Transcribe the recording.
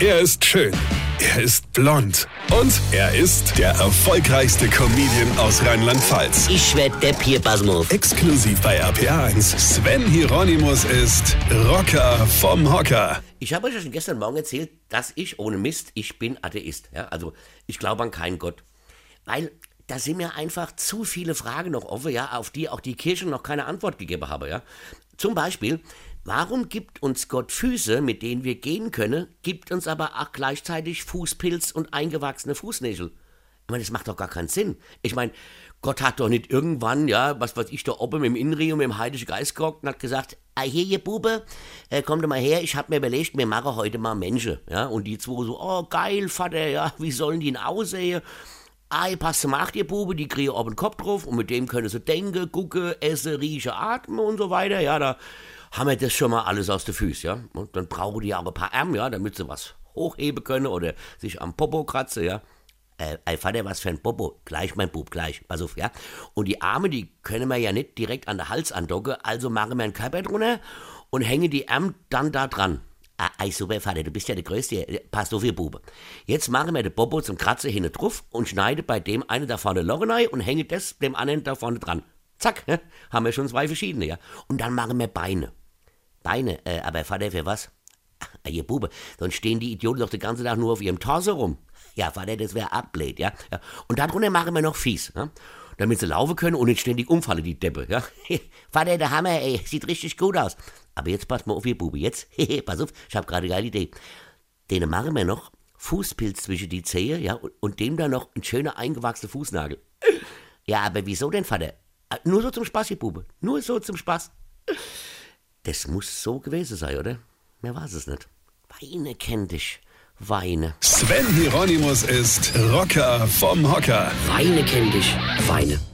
Er ist schön. Er ist blond. Und er ist der erfolgreichste Comedian aus Rheinland-Pfalz. Ich werd der Pierpasmus. Exklusiv bei RPA1. Sven Hieronymus ist Rocker vom Hocker. Ich habe euch ja schon gestern Morgen erzählt, dass ich, ohne Mist, ich bin Atheist. Ja? Also ich glaube an keinen Gott. Weil da sind mir einfach zu viele Fragen noch offen, ja, auf die auch die Kirche noch keine Antwort gegeben habe. Ja? Zum Beispiel, warum gibt uns Gott Füße, mit denen wir gehen können, gibt uns aber auch gleichzeitig Fußpilz und eingewachsene Fußnägel? Ich meine, das macht doch gar keinen Sinn. Ich meine, Gott hat doch nicht irgendwann, ja, was weiß ich, da oben mit dem Inri und mit dem Heiligen Geist gehockt und hat gesagt, hier, ihr Bube, kommt mal her, ich hab mir überlegt, wir machen heute mal Menschen. Ja? Und die zwei so, oh geil, Vater, ja, wie sollen die denn aussehen? Ihr passt mal acht, ihr Bube, die kriegen oben den Kopf drauf und mit dem können sie denken, gucken, essen, riechen, atmen und so weiter. Ja, da haben wir das schon mal alles aus den Füßen, ja. Und dann brauchen die auch ein paar Arme, ja, damit sie was hochheben können oder sich am Popo kratzen, ja. Vater, was für ein Popo? Gleich, mein Bub, gleich. Pass auf, ja. Und die Arme, die können wir ja nicht direkt an den Hals andocken, also machen wir einen Körper drunter und hängen die Arme dann da dran. Super, Vater, du bist ja der Größte. Pass auf, ihr Bube. Jetzt machen wir den Popo zum Kratzen hinten drauf und schneiden bei dem einen da vorne Loch rein und hängen das dem anderen da vorne dran. Zack, ja, haben wir schon zwei verschiedene, ja. Und dann machen wir Beine. Beine, aber Vater, für was? Ihr Bube, sonst stehen die Idioten doch den ganzen Tag nur auf ihrem Torso rum. Ja, Vater, das wäre abblöd, ja. Und darunter machen wir noch Fies, ja? Damit sie laufen können und nicht ständig umfallen, die Deppe, ja. Vater, der Hammer, ey, sieht richtig gut aus. Aber jetzt passt mal auf, ihr Bube, jetzt, pass auf, ich hab gerade eine geile Idee. Denen machen wir noch Fußpilz zwischen die Zehe, ja, und dem dann noch ein schöner eingewachsener Fußnagel. Ja, aber wieso denn, Vater? Nur so zum Spaß, ihr Bube, nur so zum Spaß. Das muss so gewesen sein, oder? Mehr weiß es nicht. Weine kennt dich. Weine. Sven Hieronymus ist Rocker vom Hocker. Weine kennt dich. Weine.